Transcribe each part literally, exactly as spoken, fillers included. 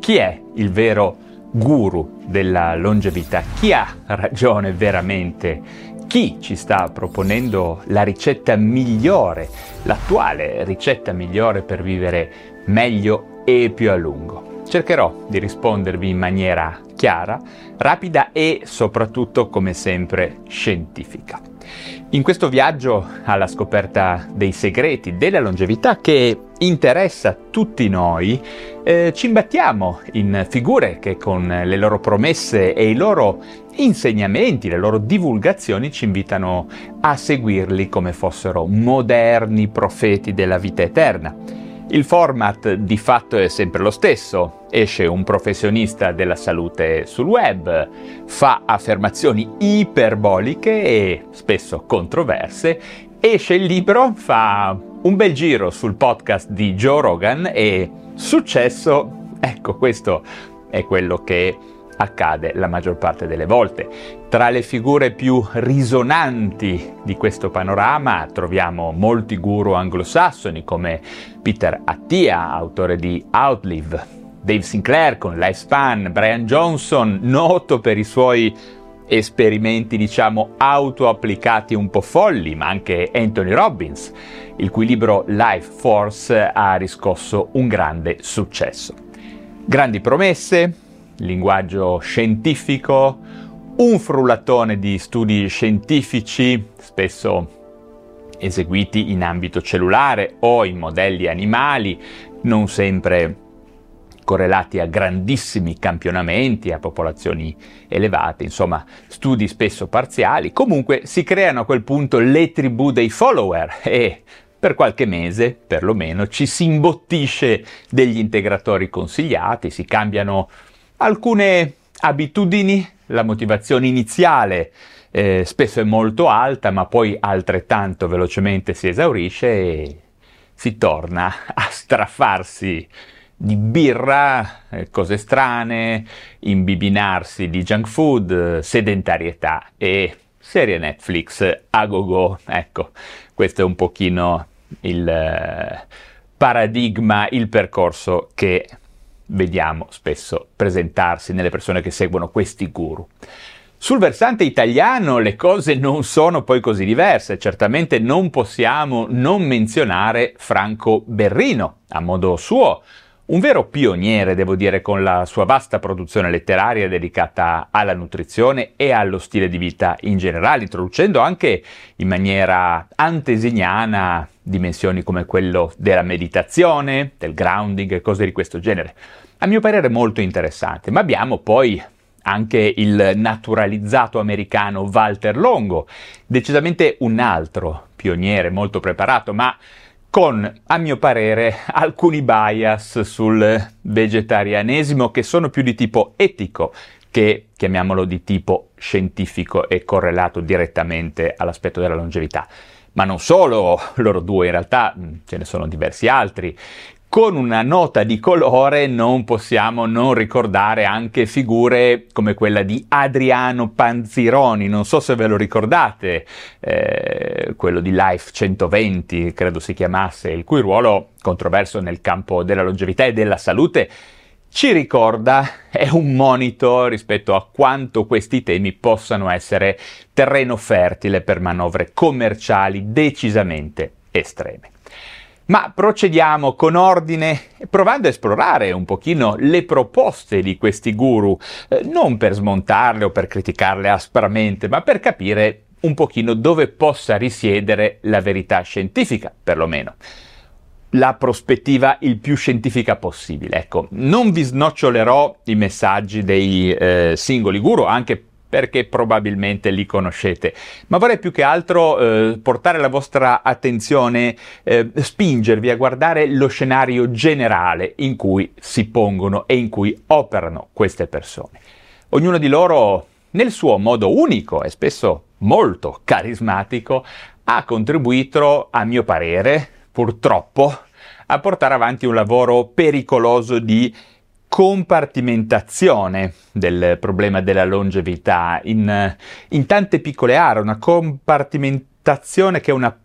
Chi è il vero guru della longevità? Chi ha ragione veramente? Chi ci sta proponendo la ricetta migliore, l'attuale ricetta migliore per vivere meglio e più a lungo? Cercherò di rispondervi in maniera chiara, rapida e soprattutto, come sempre, scientifica. In questo viaggio alla scoperta dei segreti della longevità che interessa tutti noi, eh, ci imbattiamo in figure che con le loro promesse e i loro insegnamenti, le loro divulgazioni ci invitano a seguirli come fossero moderni profeti della vita eterna. Il format di fatto è sempre lo stesso: esce un professionista della salute sul web, fa affermazioni iperboliche e spesso controverse, esce il libro, fa un bel giro sul podcast di Joe Rogan e successo. Ecco, questo è quello che accade la maggior parte delle volte. Tra le figure più risonanti di questo panorama troviamo molti guru anglosassoni come Peter Attia, autore di Outlive, Dave Sinclair con Lifespan, Brian Johnson, noto per i suoi esperimenti, diciamo, auto-applicati un po' folli, ma anche Anthony Robbins, il cui libro Life Force ha riscosso un grande successo. Grandi promesse, linguaggio scientifico, un frullatone di studi scientifici, spesso eseguiti in ambito cellulare o in modelli animali, non sempre correlati a grandissimi campionamenti, a popolazioni elevate, insomma studi spesso parziali. Comunque si creano a quel punto le tribù dei follower e per qualche mese, perlomeno, ci si imbottisce degli integratori consigliati, si cambiano alcune abitudini, la motivazione iniziale eh, spesso è molto alta, ma poi altrettanto velocemente si esaurisce e si torna a straffarsi di birra, eh, cose strane, imbibinarsi di junk food, sedentarietà e serie Netflix a go-go. Ecco, questo è un pochino il eh, paradigma, il percorso che vediamo spesso presentarsi nelle persone che seguono questi guru. Sul versante italiano le cose non sono poi così diverse. Certamente non possiamo non menzionare Franco Berrino, a modo suo, un vero pioniere, devo dire, con la sua vasta produzione letteraria dedicata alla nutrizione e allo stile di vita in generale, introducendo anche in maniera antesignana dimensioni come quello della meditazione, del grounding e cose di questo genere. A mio parere molto interessante. Ma abbiamo poi anche il naturalizzato americano Walter Longo, decisamente un altro pioniere molto preparato, ma con, a mio parere, alcuni bias sul vegetarianesimo che sono più di tipo etico che, chiamiamolo, di tipo scientifico e correlato direttamente all'aspetto della longevità. Ma non solo loro due, in realtà ce ne sono diversi altri. Con una nota di colore non possiamo non ricordare anche figure come quella di Adriano Panzironi, non so se ve lo ricordate, eh, quello di Life centoventi, credo si chiamasse, il cui ruolo controverso nel campo della longevità e della salute ci ricorda, è un monito rispetto a quanto questi temi possano essere terreno fertile per manovre commerciali decisamente estreme. Ma procediamo con ordine, provando a esplorare un pochino le proposte di questi guru, eh, non per smontarle o per criticarle aspramente, ma per capire un pochino dove possa risiedere la verità scientifica, perlomeno. La prospettiva il più scientifica possibile. Ecco, non vi snocciolerò i messaggi dei eh, singoli guru, anche perché probabilmente li conoscete, ma vorrei più che altro eh, portare la vostra attenzione, eh, spingervi a guardare lo scenario generale in cui si pongono e in cui operano queste persone. Ognuno di loro, nel suo modo unico e spesso molto carismatico, ha contribuito, a mio parere, purtroppo, a portare avanti un lavoro pericoloso di compartimentazione del problema della longevità in, in tante piccole aree, una compartimentazione che è una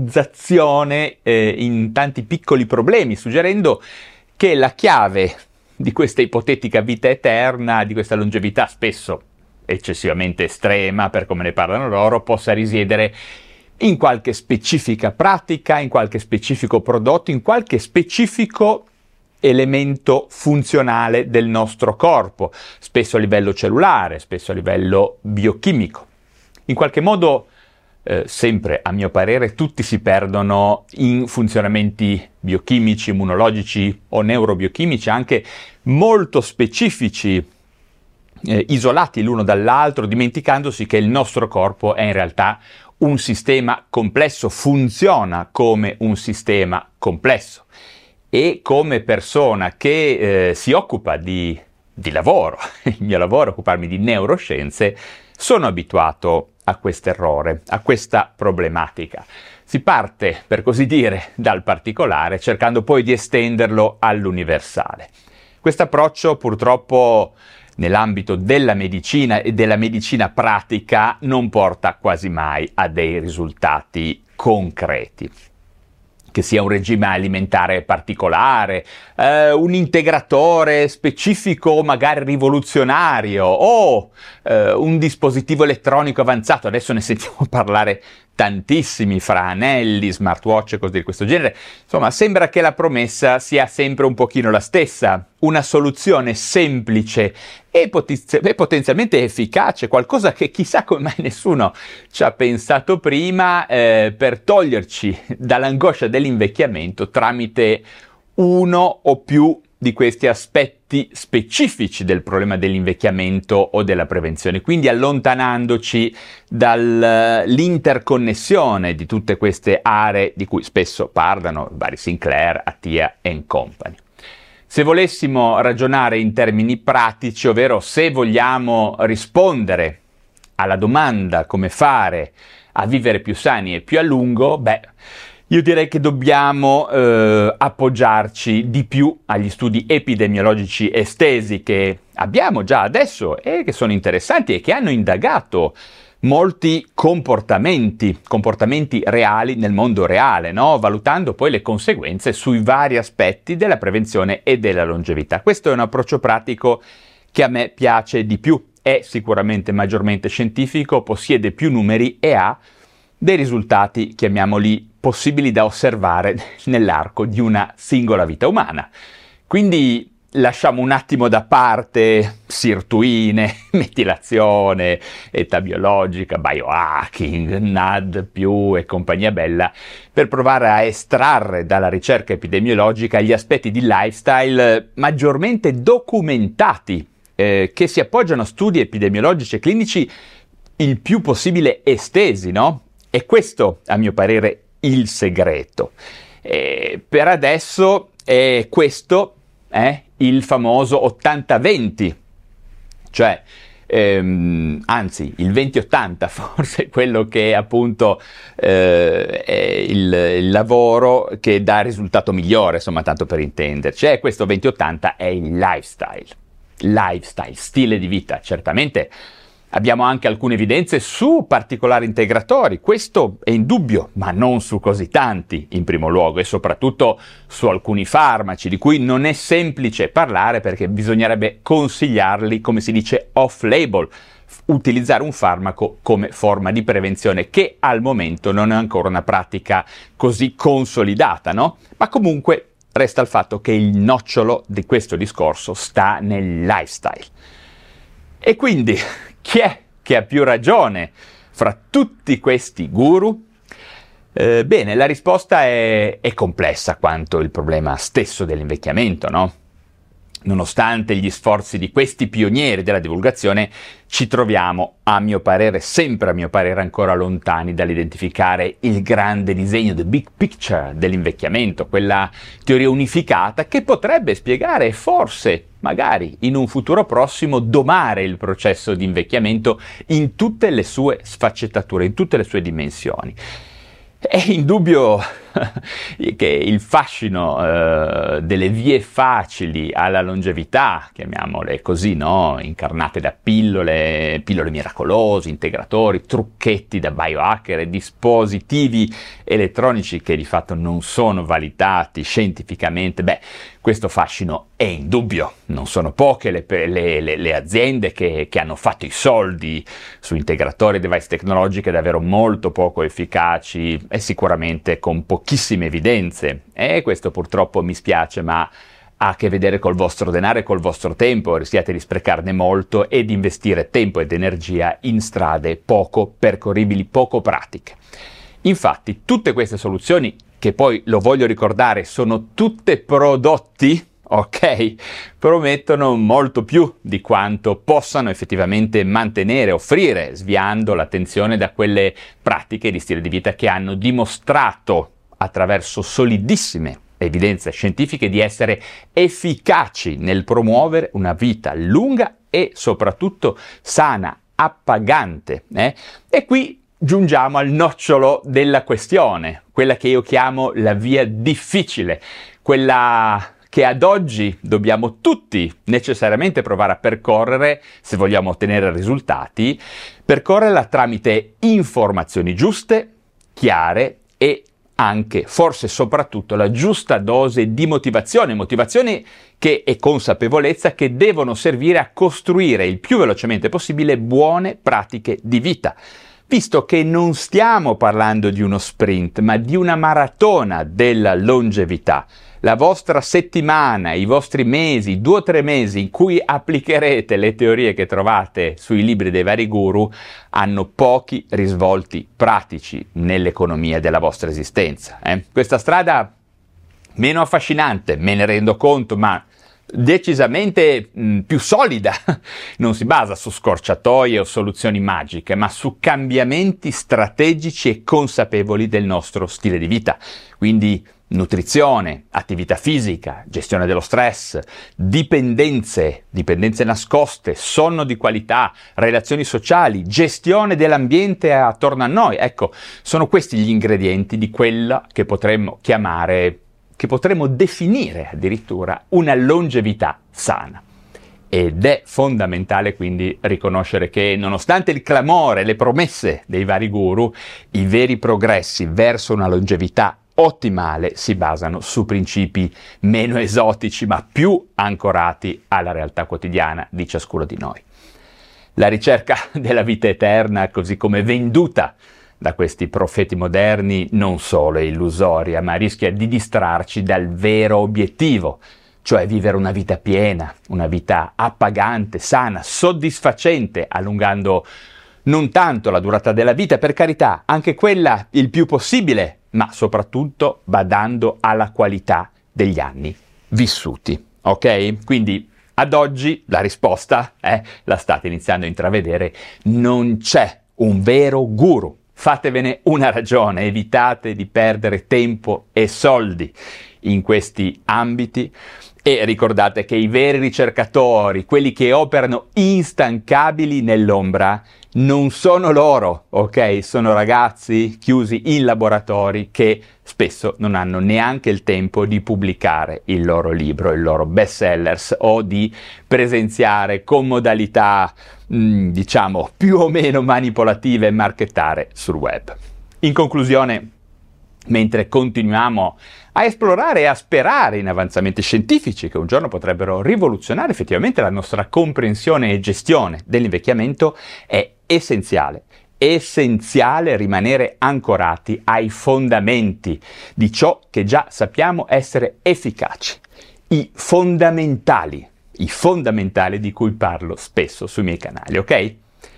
particellizzazione eh, in tanti piccoli problemi, suggerendo che la chiave di questa ipotetica vita eterna, di questa longevità spesso eccessivamente estrema per come ne parlano loro, possa risiedere in qualche specifica pratica, in qualche specifico prodotto, in qualche specifico elemento funzionale del nostro corpo, spesso a livello cellulare, spesso a livello biochimico. In qualche modo, eh, sempre a mio parere, tutti si perdono in funzionamenti biochimici, immunologici o neurobiochimici, anche molto specifici, eh, isolati l'uno dall'altro, dimenticandosi che il nostro corpo è in realtà un sistema complesso, funziona come un sistema complesso. E come persona che eh, si occupa di, di lavoro, il mio lavoro è occuparmi di neuroscienze, sono abituato a questo errore, a questa problematica. Si parte, per così dire, dal particolare, cercando poi di estenderlo all'universale. Questo approccio purtroppo nell'ambito della medicina e della medicina pratica non porta quasi mai a dei risultati concreti. Che sia un regime alimentare particolare, eh, un integratore specifico magari rivoluzionario o eh, un dispositivo elettronico avanzato. Adesso ne sentiamo parlare tantissimi fra anelli, smartwatch e cose di questo genere. Insomma, sembra che la promessa sia sempre un pochino la stessa, una soluzione semplice e, potenzi- e potenzialmente efficace, qualcosa che chissà come mai nessuno ci ha pensato prima, eh, per toglierci dall'angoscia dell'invecchiamento tramite uno o più di questi aspetti specifici del problema dell'invecchiamento o della prevenzione, quindi allontanandoci dall'interconnessione di tutte queste aree di cui spesso parlano vari Sinclair, Attia and Company. Se volessimo ragionare in termini pratici, ovvero se vogliamo rispondere alla domanda come fare a vivere più sani e più a lungo, beh, io direi che dobbiamo eh, appoggiarci di più agli studi epidemiologici estesi che abbiamo già adesso e che sono interessanti e che hanno indagato molti comportamenti, comportamenti reali nel mondo reale, no? Valutando poi le conseguenze sui vari aspetti della prevenzione e della longevità. Questo è un approccio pratico che a me piace di più, è sicuramente maggiormente scientifico, possiede più numeri e ha dei risultati, chiamiamoli, possibili da osservare nell'arco di una singola vita umana. Quindi lasciamo un attimo da parte sirtuine, metilazione, età biologica, biohacking, N A D più e compagnia bella, per provare a estrarre dalla ricerca epidemiologica gli aspetti di lifestyle maggiormente documentati, eh, che si appoggiano a studi epidemiologici e clinici il più possibile estesi, no? E questo, a mio parere, il segreto. E per adesso è questo è il famoso ottanta venti, cioè ehm, anzi il venti ottanta forse è quello che appunto eh, è il, il lavoro che dà il risultato migliore, insomma, tanto per intenderci. E questo venti ottanta è il lifestyle, lifestyle, stile di vita. Certamente abbiamo anche alcune evidenze su particolari integratori, questo è indubbio, ma non su così tanti in primo luogo, e soprattutto su alcuni farmaci di cui non è semplice parlare perché bisognerebbe consigliarli, come si dice, off-label, utilizzare un farmaco come forma di prevenzione, che al momento non è ancora una pratica così consolidata, no? Ma comunque resta il fatto che il nocciolo di questo discorso sta nel lifestyle. E quindi chi è che ha più ragione fra tutti questi guru? Eh, bene, la risposta è, è complessa quanto il problema stesso dell'invecchiamento, no? Nonostante gli sforzi di questi pionieri della divulgazione, ci troviamo, a mio parere, sempre a mio parere, ancora lontani dall'identificare il grande disegno, the big picture dell'invecchiamento, quella teoria unificata che potrebbe spiegare e forse, magari, in un futuro prossimo, domare il processo di invecchiamento in tutte le sue sfaccettature, in tutte le sue dimensioni. È indubbio che il fascino eh, delle vie facili alla longevità, chiamiamole così, no? Incarnate da pillole, pillole miracolose, integratori, trucchetti da biohacker e dispositivi elettronici che di fatto non sono validati scientificamente, beh, questo fascino è indubbio. Non sono poche le, le, le, le aziende che, che hanno fatto i soldi su integratori e device tecnologiche davvero molto poco efficaci e sicuramente con pochissime evidenze. E questo purtroppo mi spiace, ma ha a che vedere col vostro denaro e col vostro tempo. Rischiate di sprecarne molto e di investire tempo ed energia in strade poco percorribili, poco pratiche. Infatti, tutte queste soluzioni, che poi, lo voglio ricordare, sono tutte prodotti, ok? Promettono molto più di quanto possano effettivamente mantenere, offrire, sviando l'attenzione da quelle pratiche di stile di vita che hanno dimostrato, attraverso solidissime evidenze scientifiche, di essere efficaci nel promuovere una vita lunga e soprattutto sana, appagante. Eh? E qui giungiamo al nocciolo della questione, quella che io chiamo la via difficile, quella che ad oggi dobbiamo tutti necessariamente provare a percorrere se vogliamo ottenere risultati, percorrerla tramite informazioni giuste, chiare e anche, forse soprattutto, la giusta dose di motivazione, motivazione che e consapevolezza che devono servire a costruire il più velocemente possibile buone pratiche di vita. Visto che non stiamo parlando di uno sprint, ma di una maratona della longevità. La vostra settimana, i vostri mesi, due o tre mesi in cui applicherete le teorie che trovate sui libri dei vari guru hanno pochi risvolti pratici nell'economia della vostra esistenza. Eh? Questa strada meno affascinante, me ne rendo conto, ma decisamente mh, più solida, non si basa su scorciatoie o soluzioni magiche, ma su cambiamenti strategici e consapevoli del nostro stile di vita. Quindi nutrizione, attività fisica, gestione dello stress, dipendenze, dipendenze nascoste, sonno di qualità, relazioni sociali, gestione dell'ambiente attorno a noi. Ecco, sono questi gli ingredienti di quella che potremmo chiamare, che potremmo definire addirittura una longevità sana. Ed è fondamentale quindi riconoscere che, nonostante il clamore, le promesse dei vari guru, i veri progressi verso una longevità ottimale si basano su principi meno esotici ma più ancorati alla realtà quotidiana di ciascuno di noi. La ricerca della vita eterna, così come venduta da questi profeti moderni, non solo è illusoria, ma rischia di distrarci dal vero obiettivo, cioè vivere una vita piena, una vita appagante, sana, soddisfacente, allungando non tanto la durata della vita, per carità, anche quella il più possibile, ma soprattutto badando alla qualità degli anni vissuti. Ok? Quindi ad oggi la risposta, eh, la state iniziando a intravedere, non c'è un vero guru. Fatevene una ragione, evitate di perdere tempo e soldi in questi ambiti e ricordate che i veri ricercatori, quelli che operano instancabili nell'ombra, non sono loro, ok? Sono ragazzi chiusi in laboratori che spesso non hanno neanche il tempo di pubblicare il loro libro, il loro best sellers o di presenziare con modalità, mh, diciamo, più o meno manipolative e marchettare sul web. In conclusione, mentre continuiamo a esplorare e a sperare in avanzamenti scientifici che un giorno potrebbero rivoluzionare effettivamente la nostra comprensione e gestione dell'invecchiamento, è essenziale, essenziale rimanere ancorati ai fondamenti di ciò che già sappiamo essere efficaci, i fondamentali, i fondamentali di cui parlo spesso sui miei canali, ok?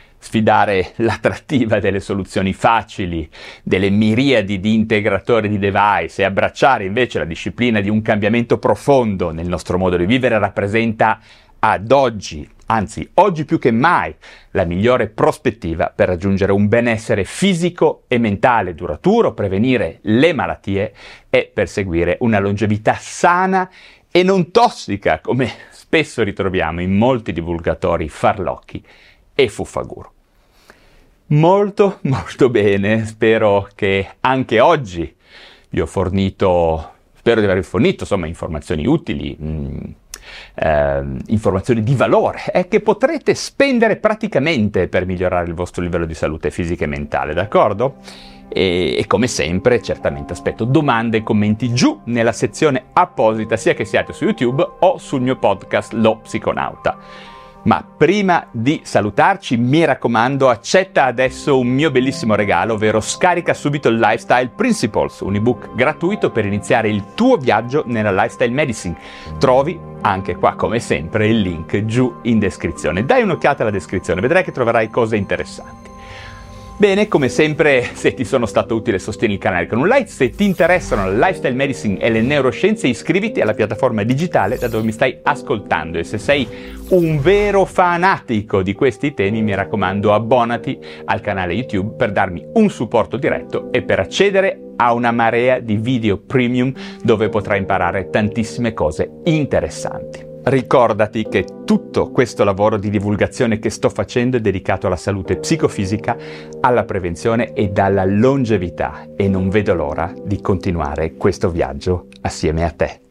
Sfidare l'attrattiva delle soluzioni facili, delle miriadi di integratori di device e abbracciare invece la disciplina di un cambiamento profondo nel nostro modo di vivere rappresenta ad oggi, anzi oggi più che mai, la migliore prospettiva per raggiungere un benessere fisico e mentale duraturo, prevenire le malattie e perseguire una longevità sana e non tossica, come spesso ritroviamo in molti divulgatori farlocchi e fuffaguru. Molto molto bene, spero che anche oggi vi ho fornito, spero di aver fornito, insomma, informazioni utili, mh, eh, informazioni di valore e eh, che potrete spendere praticamente per migliorare il vostro livello di salute fisica e mentale, d'accordo? E, e come sempre, certamente aspetto domande e commenti giù nella sezione apposita, sia che siate su YouTube o sul mio podcast Lo Psiconauta. Ma prima di salutarci, mi raccomando, accetta adesso un mio bellissimo regalo, ovvero scarica subito il Lifestyle Principles, un ebook gratuito per iniziare il tuo viaggio nella Lifestyle Medicine. Trovi anche qua, come sempre, il link giù in descrizione. Dai un'occhiata alla descrizione, vedrai che troverai cose interessanti. Bene, come sempre, se ti sono stato utile sostieni il canale con un like, se ti interessano la lifestyle medicine e le neuroscienze iscriviti alla piattaforma digitale da dove mi stai ascoltando e se sei un vero fanatico di questi temi mi raccomando abbonati al canale YouTube per darmi un supporto diretto e per accedere a una marea di video premium dove potrai imparare tantissime cose interessanti. Ricordati che tutto questo lavoro di divulgazione che sto facendo è dedicato alla salute psicofisica, alla prevenzione ed alla longevità e non vedo l'ora di continuare questo viaggio assieme a te.